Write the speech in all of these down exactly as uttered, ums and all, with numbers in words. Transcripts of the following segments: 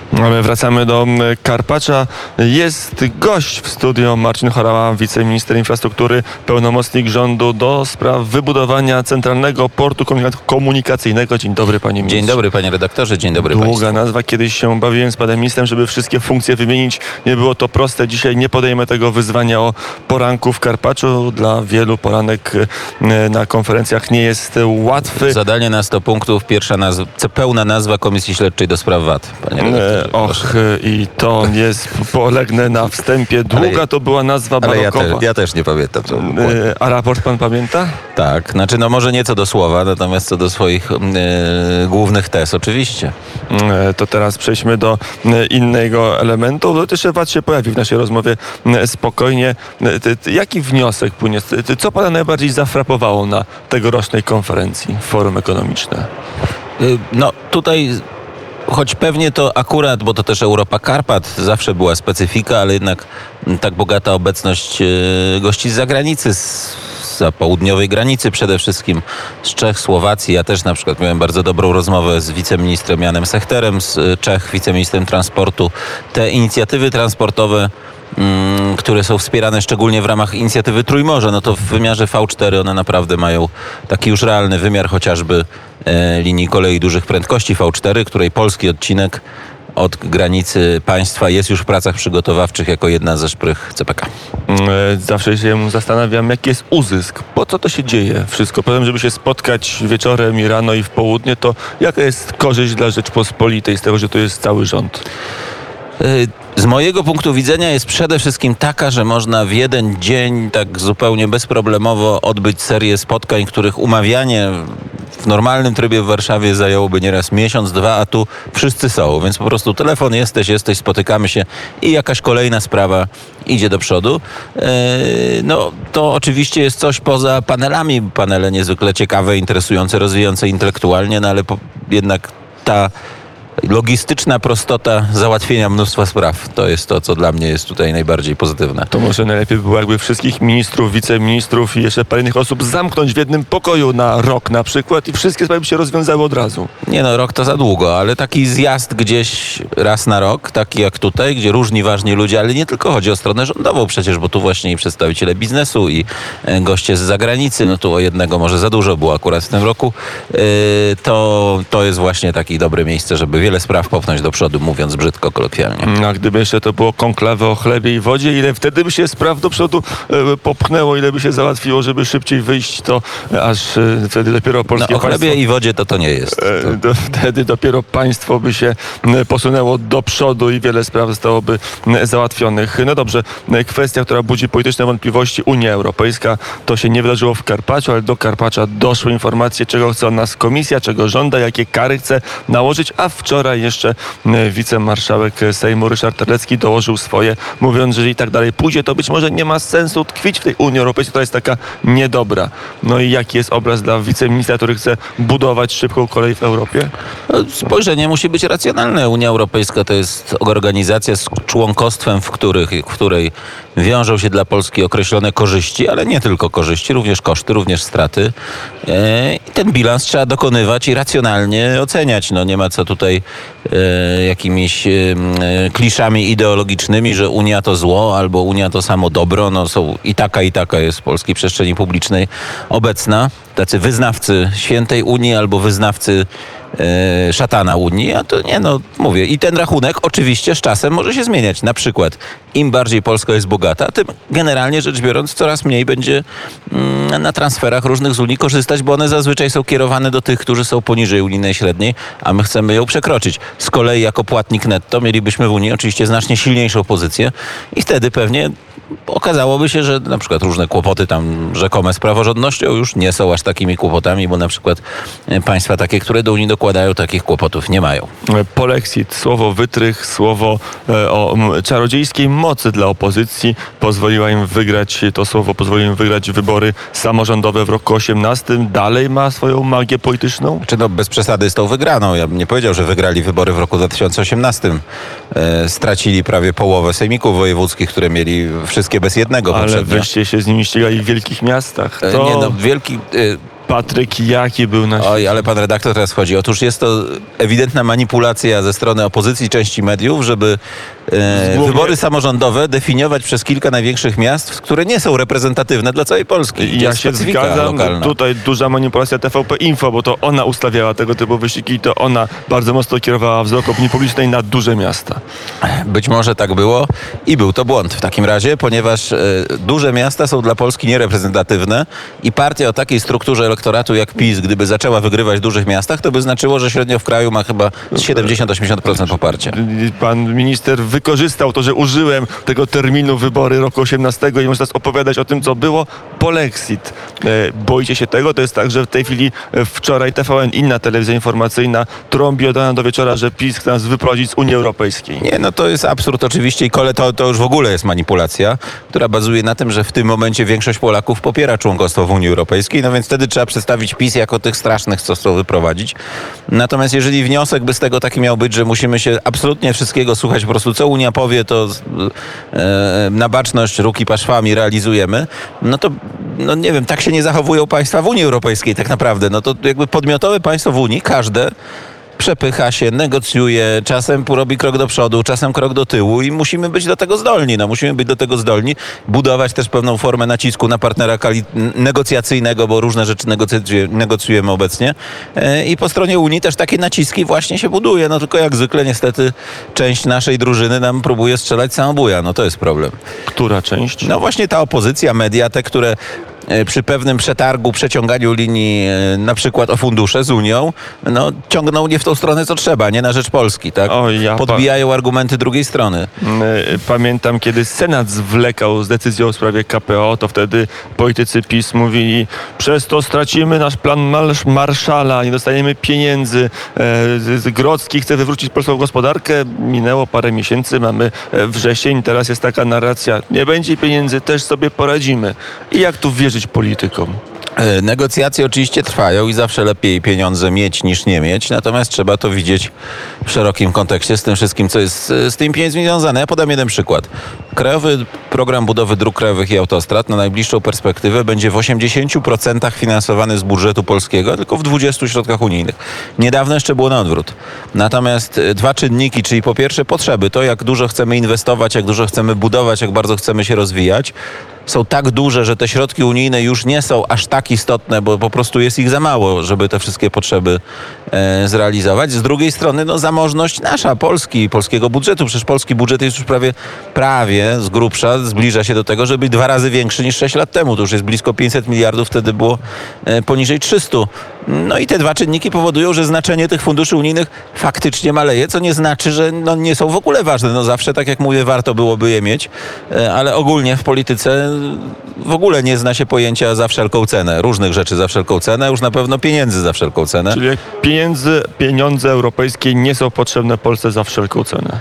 A my wracamy do Karpacza. Jest gość w studio, Marcin Horała, wiceminister infrastruktury, pełnomocnik rządu do spraw wybudowania Centralnego Portu Komunikacyjnego. Dzień dobry, panie ministrze. Dzień dobry, panie redaktorze, dzień dobry państwu. Długa nazwa, kiedyś się bawiłem z panem ministrem, żeby wszystkie funkcje wymienić. Nie było to proste. Dzisiaj nie podejmę tego wyzwania o poranku w Karpaczu. Dla wielu poranek na konferencjach nie jest łatwy. Zadanie na sto punktów, pierwsza nazwa, pełna nazwa Komisji Śledczej do spraw V A T, panie redaktorze. Och, i to jest, polegnę na wstępie. Długa to była nazwa barokowa. Ale ja, te, ja też nie pamiętam. Co A raport pan pamięta? Tak, znaczy no może nie co do słowa, natomiast co do swoich e, głównych tez, oczywiście. E, to teraz przejdźmy do e, innego elementu. No, też V A T się pojawi w naszej rozmowie e, spokojnie. E, t, t, jaki wniosek płynie? T, co pana najbardziej zafrapowało na tegorocznej konferencji Forum Ekonomiczne? E, no tutaj... Choć pewnie to akurat, bo to też Europa Karpat, zawsze była specyfika, ale jednak tak bogata obecność gości z zagranicy, z za południowej granicy przede wszystkim, z Czech, Słowacji. Ja też na przykład miałem bardzo dobrą rozmowę z wiceministrem Janem Sechterem z Czech, wiceministrem transportu. Te inicjatywy transportowe, mm, które są wspierane szczególnie w ramach inicjatywy Trójmorze, no to w wymiarze V cztery one naprawdę mają taki już realny wymiar, chociażby e, linii kolei dużych prędkości V cztery, której polski odcinek od granicy państwa jest już w pracach przygotowawczych jako jedna ze szprych C P K. Zawsze się zastanawiam, jaki jest uzysk. Po co to się dzieje wszystko? Potem, żeby się spotkać wieczorem i rano i w południe, to jaka jest korzyść dla Rzeczpospolitej z tego, że to jest cały rząd? Z mojego punktu widzenia jest przede wszystkim taka, że można w jeden dzień tak zupełnie bezproblemowo odbyć serię spotkań, których umawianie w normalnym trybie w Warszawie zajęłoby nieraz miesiąc, dwa, a tu wszyscy są. Więc po prostu telefon, jesteś, jesteś, spotykamy się i jakaś kolejna sprawa idzie do przodu. No to oczywiście jest coś poza panelami. Panele niezwykle ciekawe, interesujące, rozwijające intelektualnie, no ale po, jednak ta logistyczna prostota załatwienia mnóstwa spraw. To jest to, co dla mnie jest tutaj najbardziej pozytywne. To może najlepiej było, jakby wszystkich ministrów, wiceministrów i jeszcze parę innych osób zamknąć w jednym pokoju na rok na przykład i wszystkie sprawy by się rozwiązały od razu. Nie no, rok to za długo, ale taki zjazd gdzieś raz na rok, taki jak tutaj, gdzie różni ważni ludzie, ale nie tylko chodzi o stronę rządową przecież, bo tu właśnie i przedstawiciele biznesu i goście z zagranicy, no tu o jednego może za dużo było akurat w tym roku, to, to jest właśnie takie dobre miejsce, żeby wiele spraw popchnąć do przodu, mówiąc brzydko, kolokwialnie. A gdyby jeszcze to było konklawę o chlebie i wodzie, ile wtedy by się spraw do przodu e, popchnęło, ile by się załatwiło, żeby szybciej wyjść, to aż e, wtedy dopiero polskie no, o chlebie państwo, i wodzie to to nie jest. To... E, do, wtedy dopiero państwo by się e, posunęło do przodu i wiele spraw zostałoby e, załatwionych. No dobrze, e, kwestia, która budzi polityczne wątpliwości, Unia Europejska, to się nie wydarzyło w Karpaczu, ale do Karpacza doszły informacje, czego chce od nas komisja, czego żąda, jakie kary chce nałożyć, a wczoraj jeszcze wicemarszałek Sejmu Ryszard Terlecki dołożył swoje, mówiąc, że jeżeli tak dalej pójdzie, to być może nie ma sensu tkwić w tej Unii Europejskiej, która jest taka niedobra. No i jaki jest obraz dla wiceministra, który chce budować szybką kolej w Europie? Spojrzenie musi być racjonalne. Unia Europejska to jest organizacja z członkostwem, w, których, w której wiążą się dla Polski określone korzyści, ale nie tylko korzyści, również koszty, również straty. I ten bilans trzeba dokonywać i racjonalnie oceniać. No nie ma co tutaj e, jakimiś e, kliszami ideologicznymi, że Unia to zło albo Unia to samo dobro. No są i taka, i taka jest w polskiej przestrzeni publicznej obecna. Tacy wyznawcy świętej Unii albo wyznawcy e, szatana Unii, a to nie, no mówię. I ten rachunek oczywiście z czasem może się zmieniać. Na przykład im bardziej Polska jest bogata, tym generalnie rzecz biorąc coraz mniej będzie mm, na transferach różnych z Unii korzystać, bo one zazwyczaj są kierowane do tych, którzy są poniżej unijnej średniej, a my chcemy ją przekroczyć. Z kolei jako płatnik netto mielibyśmy w Unii oczywiście znacznie silniejszą pozycję i wtedy pewnie okazałoby się, że na przykład różne kłopoty tam rzekome z praworządnością już nie są aż takimi kłopotami, bo na przykład państwa takie, które do Unii dokładają, takich kłopotów nie mają. Polexit, słowo wytrych, słowo e, o m, czarodziejskiej mocy dla opozycji pozwoliła im wygrać, to słowo pozwoliło im wygrać wybory samorządowe w roku osiemnastym. Dalej ma swoją magię polityczną? Czy no bez przesady z tą wygraną. Ja bym nie powiedział, że wygrali wybory w roku dwa tysiące osiemnastym. E, stracili prawie połowę sejmików wojewódzkich, które mieli wszystkie bez jednego. Ale poprzednio. wyście się z nimi ścigali w wielkich miastach. To... Nie no, wielki... Y- Patryk Jaki był na świecie. Oj, ale pan redaktor teraz chodzi. Otóż jest to ewidentna manipulacja ze strony opozycji części mediów, żeby e, Głównie- wybory samorządowe definiować przez kilka największych miast, które nie są reprezentatywne dla całej Polski. To Ja jest się specyfika zgadzam, lokalna. tutaj duża manipulacja T V P Info, bo to ona ustawiała tego typu wyścigi i to ona bardzo mocno kierowała wzrok opinii publicznej na duże miasta. Być może tak było i był to błąd w takim razie, ponieważ e, duże miasta są dla Polski niereprezentatywne i partia o takiej strukturze elektoratu jak PiS, gdyby zaczęła wygrywać w dużych miastach, to by znaczyło, że średnio w kraju ma chyba siedemdziesiąt do osiemdziesięciu procent poparcia. Pan minister wykorzystał to, że użyłem tego terminu wybory roku osiemnastego i może teraz opowiadać o tym, co było. Polexit. E, boicie się tego? To jest tak, że w tej chwili e, wczoraj T V N, inna telewizja informacyjna, trąbi od rana do wieczora, że PiS chce nas wyprowadzić z Unii Europejskiej. Nie, no to jest absurd oczywiście i kole to, to już w ogóle jest manipulacja, która bazuje na tym, że w tym momencie większość Polaków popiera członkostwo w Unii Europejskiej, no więc wtedy trzeba przedstawić PiS jako tych strasznych, co chcą wyprowadzić. Natomiast jeżeli wniosek by z tego taki miał być, że musimy się absolutnie wszystkiego słuchać, po prostu co Unia powie, to e, na baczność ruki paszwami realizujemy, no to no nie wiem, tak się nie zachowują państwa w Unii Europejskiej tak naprawdę. No to jakby podmiotowe państwo w Unii, każde przepycha się, negocjuje, czasem robi krok do przodu, czasem krok do tyłu i musimy być do tego zdolni. No, musimy być do tego zdolni, budować też pewną formę nacisku na partnera kali- negocjacyjnego, bo różne rzeczy negocjuje, negocjujemy obecnie. E, I po stronie Unii też takie naciski właśnie się buduje. No tylko jak zwykle niestety część naszej drużyny nam próbuje strzelać samobuja. No to jest problem. Która część? No właśnie ta opozycja, media, te, które e, przy pewnym przetargu, przeciąganiu linii e, na przykład o fundusze z Unią, no ciągną nie w tą stronę, co trzeba, nie na rzecz Polski, tak? O, ja pa- Podbijają argumenty drugiej strony. Y, Pamiętam, kiedy Senat zwlekał z decyzją w sprawie K P O, to wtedy politycy PiS mówili, przez to stracimy nasz plan Marsz- Marszala, nie dostaniemy pieniędzy. E, z- z- Grodzki chce wywrócić polską gospodarkę. Minęło parę miesięcy, mamy e, wrzesień, teraz jest taka narracja, nie będzie pieniędzy, też sobie poradzimy. I jak tu wierzyć politykom? E, Negocjacje oczywiście trwają i zawsze lepiej pieniądze mieć niż nie mieć, natomiast trzeba to widzieć w szerokim kontekście z tym wszystkim, co jest e, z tymi pieniędzmi związane. Ja podam jeden przykład. Krajowy Program Budowy Dróg Krajowych i Autostrad na najbliższą perspektywę będzie w osiemdziesięciu procentach finansowany z budżetu polskiego, tylko w dwudziestu środkach unijnych. Niedawno jeszcze było na odwrót. Natomiast e, dwa czynniki, czyli po pierwsze potrzeby, to jak dużo chcemy inwestować, jak dużo chcemy budować, jak bardzo chcemy się rozwijać, są tak duże, że te środki unijne już nie są aż tak istotne, bo po prostu jest ich za mało, żeby te wszystkie potrzeby e, zrealizować. Z drugiej strony no, zamożność nasza, Polski, polskiego budżetu. Przecież polski budżet jest już prawie, prawie z grubsza, zbliża się do tego, żeby być dwa razy większy niż sześć lat temu. To już jest blisko pięćset miliardów, wtedy było e, poniżej trzystu. No i te dwa czynniki powodują, że znaczenie tych funduszy unijnych faktycznie maleje, co nie znaczy, że no, nie są w ogóle ważne. No zawsze, tak jak mówię, warto byłoby je mieć, e, ale ogólnie w polityce w ogóle nie zna się pojęcia za wszelką cenę. Różnych rzeczy za wszelką cenę, już na pewno pieniędzy za wszelką cenę. Czyli pieniędzy, pieniądze europejskie nie są potrzebne Polsce za wszelką cenę.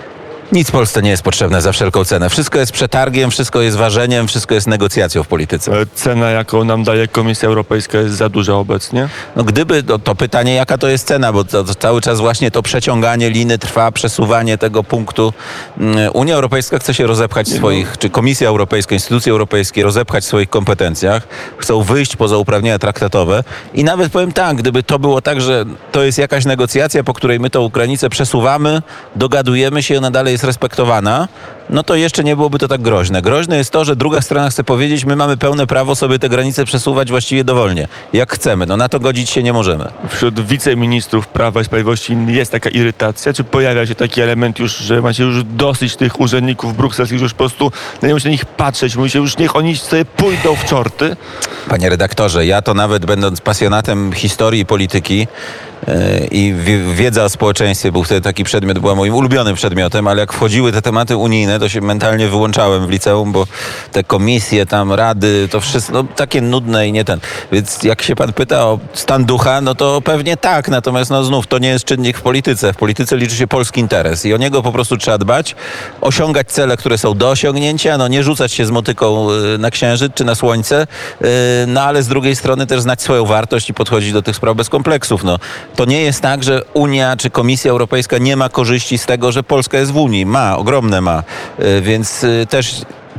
Nic Polsce nie jest potrzebne za wszelką cenę. Wszystko jest przetargiem, wszystko jest ważeniem, wszystko jest negocjacją w polityce. E, Cena, jaką nam daje Komisja Europejska, jest za duża obecnie. No gdyby, to, to pytanie, jaka to jest cena, bo to, to cały czas właśnie to przeciąganie liny trwa, przesuwanie tego punktu. Mm, Unia Europejska chce się rozepchać w swoich, czy Komisja Europejska, instytucje europejskie rozepchać w swoich kompetencjach, chcą wyjść poza uprawnienia traktatowe i nawet powiem tak, gdyby to było tak, że to jest jakaś negocjacja, po której my tą granicę przesuwamy, dogadujemy się, ona dalej jest respektowana, no to jeszcze nie byłoby to tak groźne. Groźne jest to, że druga strona chce powiedzieć, my mamy pełne prawo sobie te granice przesuwać właściwie dowolnie, jak chcemy. No na to godzić się nie możemy. Wśród wiceministrów Prawa i Sprawiedliwości jest taka irytacja? Czy pojawia się taki element już, że macie już dosyć tych urzędników brukselskich, że już po prostu nie musicie na nich patrzeć, mówicie już niech oni sobie pójdą w czorty? Panie redaktorze, ja to nawet będąc pasjonatem historii i polityki yy, i wi- wiedza o społeczeństwie, był wtedy taki przedmiot, była moim ulubionym przedmiotem, ale jak wchodziły te tematy unijne, to się mentalnie wyłączałem w liceum, bo te komisje tam, rady, to wszystko no, takie nudne i nie ten. Więc jak się pan pyta o stan ducha, no to pewnie tak, natomiast no znów to nie jest czynnik w polityce. W polityce liczy się polski interes i o niego po prostu trzeba dbać, osiągać cele, które są do osiągnięcia, no nie rzucać się z motyką yy, na księżyc czy na słońce, yy, no ale z drugiej strony też znać swoją wartość i podchodzić do tych spraw bez kompleksów. No, to nie jest tak, że Unia czy Komisja Europejska nie ma korzyści z tego, że Polska jest w Unii. Ma, ogromne ma. Yy, Więc yy, też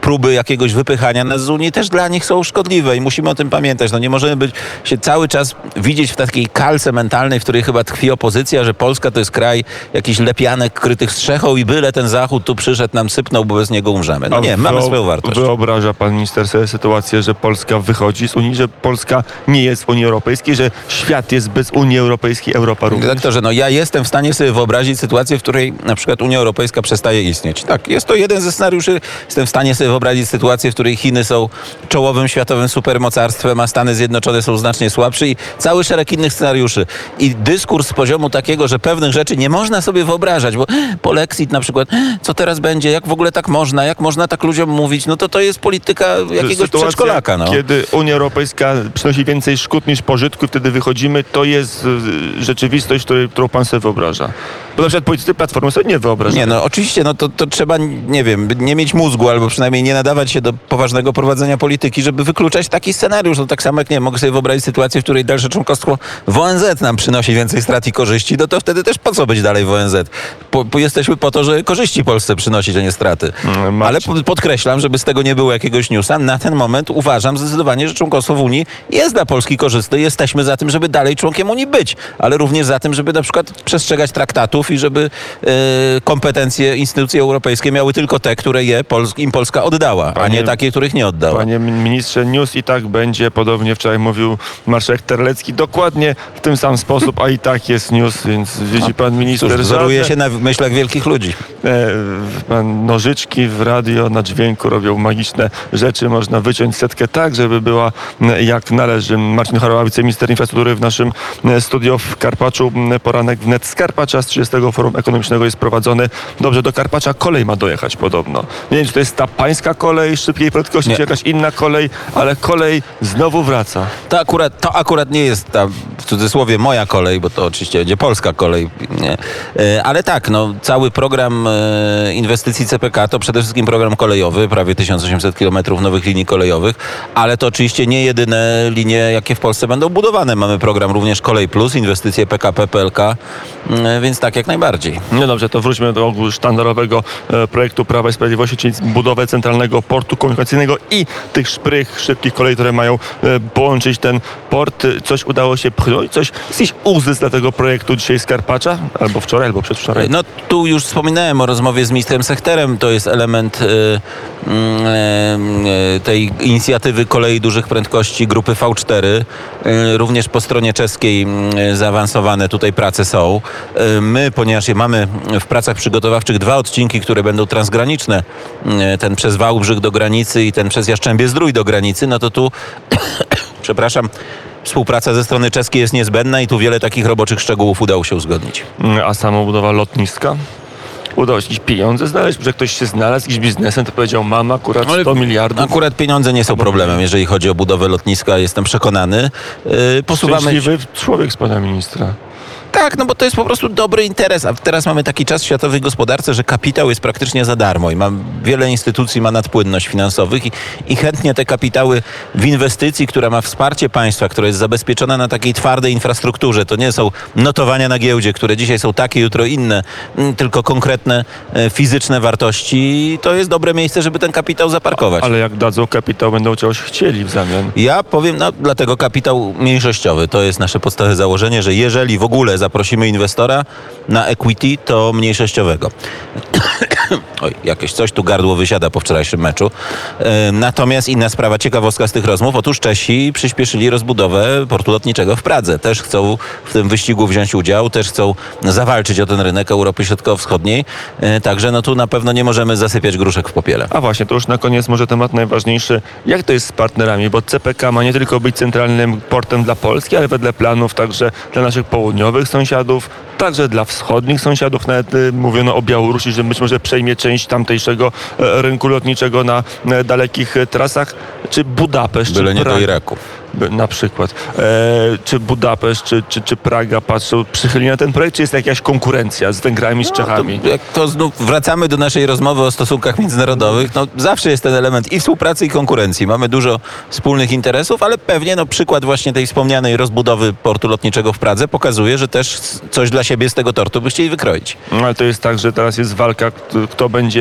próby jakiegoś wypychania nas z Unii też dla nich są szkodliwe i musimy o tym pamiętać. No nie możemy być, się cały czas widzieć w takiej kalce mentalnej, w której chyba tkwi opozycja, że Polska to jest kraj jakichś lepianek krytych strzechą i byle ten Zachód tu przyszedł, nam sypnął, bo bez niego umrzemy. No nie, mamy swoją wartość. Wyobraża pan minister sobie sytuację, że Polska wychodzi z Unii, że Polska nie jest w Unii Europejskiej, że świat jest bez Unii Europejskiej, Europa również? Redaktorze, no ja jestem w stanie sobie wyobrazić sytuację, w której na przykład Unia Europejska przestaje istnieć. Tak, jest to jeden ze scenariuszy. Jestem w stanie sobie wyobrazić sytuację, w której Chiny są czołowym światowym supermocarstwem, a Stany Zjednoczone są znacznie słabsze i cały szereg innych scenariuszy. I dyskurs z poziomu takiego, że pewnych rzeczy nie można sobie wyobrażać, bo polexit na przykład, co teraz będzie, jak w ogóle tak można, jak można tak ludziom mówić, no to to jest polityka jakiegoś Sytuacja, przedszkolaka. No. Kiedy Unia Europejska przynosi więcej szkód niż pożytku, wtedy wychodzimy, to jest y, rzeczywistość, której, którą pan sobie wyobraża. Bo na przykład politycy Platformy sobie nie wyobrażają. Nie, no oczywiście, no to, to trzeba, nie wiem, nie mieć mózgu, albo przynajmniej nie nadawać się do poważnego prowadzenia polityki, żeby wykluczać taki scenariusz. No tak samo jak, nie wiem, mogę sobie wyobrazić sytuację, w której dalsze członkostwo w O N Z nam przynosi więcej strat i korzyści, no to wtedy też po co być dalej w O N Z? Po, po jesteśmy po to, że korzyści Polsce przynosić, a nie straty. Mm, Ale po, podkreślam, żeby z tego nie było jakiegoś newsa, na ten moment uważam zdecydowanie, że członkostwo w Unii jest dla Polski korzystne. Jesteśmy za tym, żeby dalej członkiem Unii być, ale również za tym, żeby na przykład przestrzegać traktatów i żeby e, kompetencje instytucje europejskie miały tylko te, które je Pols- im Polska oddała, Panie- a nie takie, których nie oddała. Panie ministrze, news i tak będzie, podobnie wczoraj mówił marszałek Terlecki, dokładnie w tym sam sposób, a i tak jest news, więc widzi pan minister, Cóż, wzoruje żadne- się na myślach wielkich ludzi. E, pan nożyczki w radio na dźwięku robią magiczne rzeczy. Można wyciąć setkę tak, żeby była e, jak należy. Marcin Choroba, wiceminister infrastruktury w naszym e, studio w Karpaczu. M, Poranek wnet z Karpacza, z trzydziestego Forum Ekonomicznego jest prowadzony. Dobrze, do Karpacza kolej ma dojechać podobno. Nie wiem, czy to jest ta pańska kolej szybkiej prędkości, Nie. czy jakaś inna kolej, ale kolej znowu wraca. To akurat, to akurat nie jest ta, w cudzysłowie, moja kolej, bo to oczywiście będzie polska kolej. Nie. E, Ale tak, no, cały program e, inwestycji C P K to przede wszystkim program kolejowy, prawie tysiąc osiemset kilometrów nowych linii kolejowych, ale to oczywiście nie jedyne linie, jakie w Polsce będą budowane. Mamy program również Kolej Plus, inwestycje P K P, P L K, e, więc tak jak najbardziej. No dobrze, to wróćmy do ogółu sztandarowego e, projektu Prawa i Sprawiedliwości, czyli budowę centralnego portu komunikacyjnego i tych szprych, szybkich kolei, które mają e, połączyć ten port. Coś udało się pchnąć? Coś, jakiś uzysk dla tego projektu dzisiaj z Karpacza? Albo wczoraj, albo przedwczoraj. No tu już wspominałem o rozmowie z ministrem Sechterem. To jest element y, y, y, tej inicjatywy kolei dużych prędkości grupy V cztery. Y, również po stronie czeskiej y, zaawansowane tutaj prace są. Y, my, ponieważ je mamy w pracach przygotowawczych dwa odcinki, które będą transgraniczne, y, ten przez Wałbrzych do granicy i ten przez Jastrzębie-Zdrój do granicy, no to tu, przepraszam, współpraca ze strony czeskiej jest niezbędna i tu wiele takich roboczych szczegółów udało się uzgodnić. A sama budowa lotniska? Udało się jakieś pieniądze znaleźć? Że ktoś się znalazł jakiś biznesem, to powiedział, mam akurat sto miliardów. Akurat pieniądze nie są problemem, jeżeli chodzi o budowę lotniska, jestem przekonany. Yy, posuwamy... Szczęśliwy człowiek z pana ministra. Tak, no bo to jest po prostu dobry interes, a teraz mamy taki czas w światowej gospodarce, że kapitał jest praktycznie za darmo i mam, wiele instytucji ma nadpłynność finansowych i, i chętnie te kapitały w inwestycji, która ma wsparcie państwa, która jest zabezpieczona na takiej twardej infrastrukturze, to nie są notowania na giełdzie, które dzisiaj są takie, jutro inne, m, tylko konkretne e, fizyczne wartości, to jest dobre miejsce, żeby ten kapitał zaparkować. Ale jak dadzą kapitał, będą czegoś chcieli w zamian. Ja powiem, no dlatego kapitał mniejszościowy. To jest nasze podstawowe założenie, że jeżeli w ogóle zaprosimy inwestora na equity, to mniejszościowego. Oj, jakieś coś tu gardło wysiada po wczorajszym meczu. E, Natomiast inna sprawa, ciekawostka z tych rozmów. Otóż Czesi przyspieszyli rozbudowę portu lotniczego w Pradze. Też chcą w tym wyścigu wziąć udział, też chcą zawalczyć o ten rynek Europy Środkowo-Wschodniej. E, Także no tu na pewno nie możemy zasypiać gruszek w popiele. A właśnie, to już na koniec może temat najważniejszy. Jak to jest z partnerami? Bo C P K ma nie tylko być centralnym portem dla Polski, ale wedle planów także dla naszych południowych sąsiadów, także dla wschodnich sąsiadów. Nawet y, mówiono o Białorusi, że być może przejmie część tamtejszego e, rynku lotniczego na e, dalekich e, trasach. Czy Budapeszt, Byle czy nie do Praga, Iraku. by- na przykład, e, czy Budapeszt, czy, czy, czy Praga patrzą przychylnie na ten projekt, czy jest jakaś konkurencja z Węgrami, z Czechami? To, jak to znów wracamy do naszej rozmowy o stosunkach międzynarodowych, no zawsze jest ten element i współpracy, i konkurencji. Mamy dużo wspólnych interesów, ale pewnie no, przykład właśnie tej wspomnianej rozbudowy portu lotniczego w Pradze pokazuje, że też coś dla siebie z tego tortu by chcieli wykroić. No, ale to jest tak, że teraz jest walka, kto, kto będzie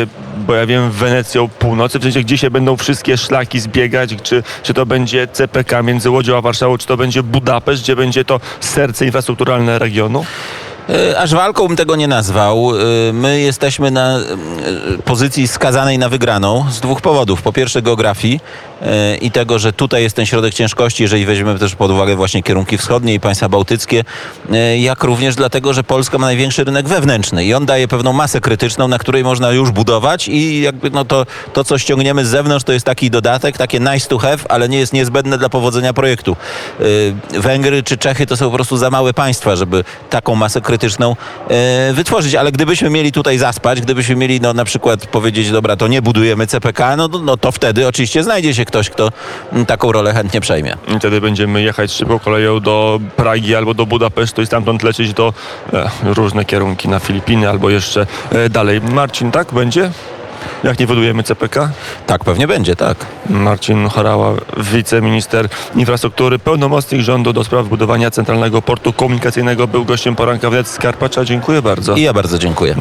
bo ja wiem, Wenecją północy, w sensie gdzie się będą wszystkie szlaki zbiegać, czy, czy to będzie C P K między Łodzią a Warszawą, czy to będzie Budapeszt, gdzie będzie to serce infrastrukturalne regionu? Aż walką bym tego nie nazwał. My jesteśmy na pozycji skazanej na wygraną z dwóch powodów. Po pierwsze geografii i tego, że tutaj jest ten środek ciężkości, jeżeli weźmiemy też pod uwagę właśnie kierunki wschodnie i państwa bałtyckie, jak również dlatego, że Polska ma największy rynek wewnętrzny i on daje pewną masę krytyczną, na której można już budować i jakby no to, to co ściągniemy z zewnątrz, to jest taki dodatek, takie nice to have, ale nie jest niezbędne dla powodzenia projektu. Węgry czy Czechy to są po prostu za małe państwa, żeby taką masę krytyczną e, wytworzyć, ale gdybyśmy mieli tutaj zaspać, gdybyśmy mieli no, na przykład powiedzieć, dobra, to nie budujemy C P K, no, no to wtedy oczywiście znajdzie się ktoś, kto m, taką rolę chętnie przejmie. I wtedy będziemy jechać szybką koleją do Pragi albo do Budapesztu i stamtąd lecieć do e, różne kierunki na Filipiny albo jeszcze e, dalej. Marcin, tak będzie? Jak nie budujemy C P K? Tak, pewnie będzie, tak. Marcin Horała, wiceminister infrastruktury, pełnomocnik rządu do spraw budowania Centralnego Portu Komunikacyjnego, był gościem poranka wnet z Karpacza. Dziękuję bardzo. I ja bardzo dziękuję.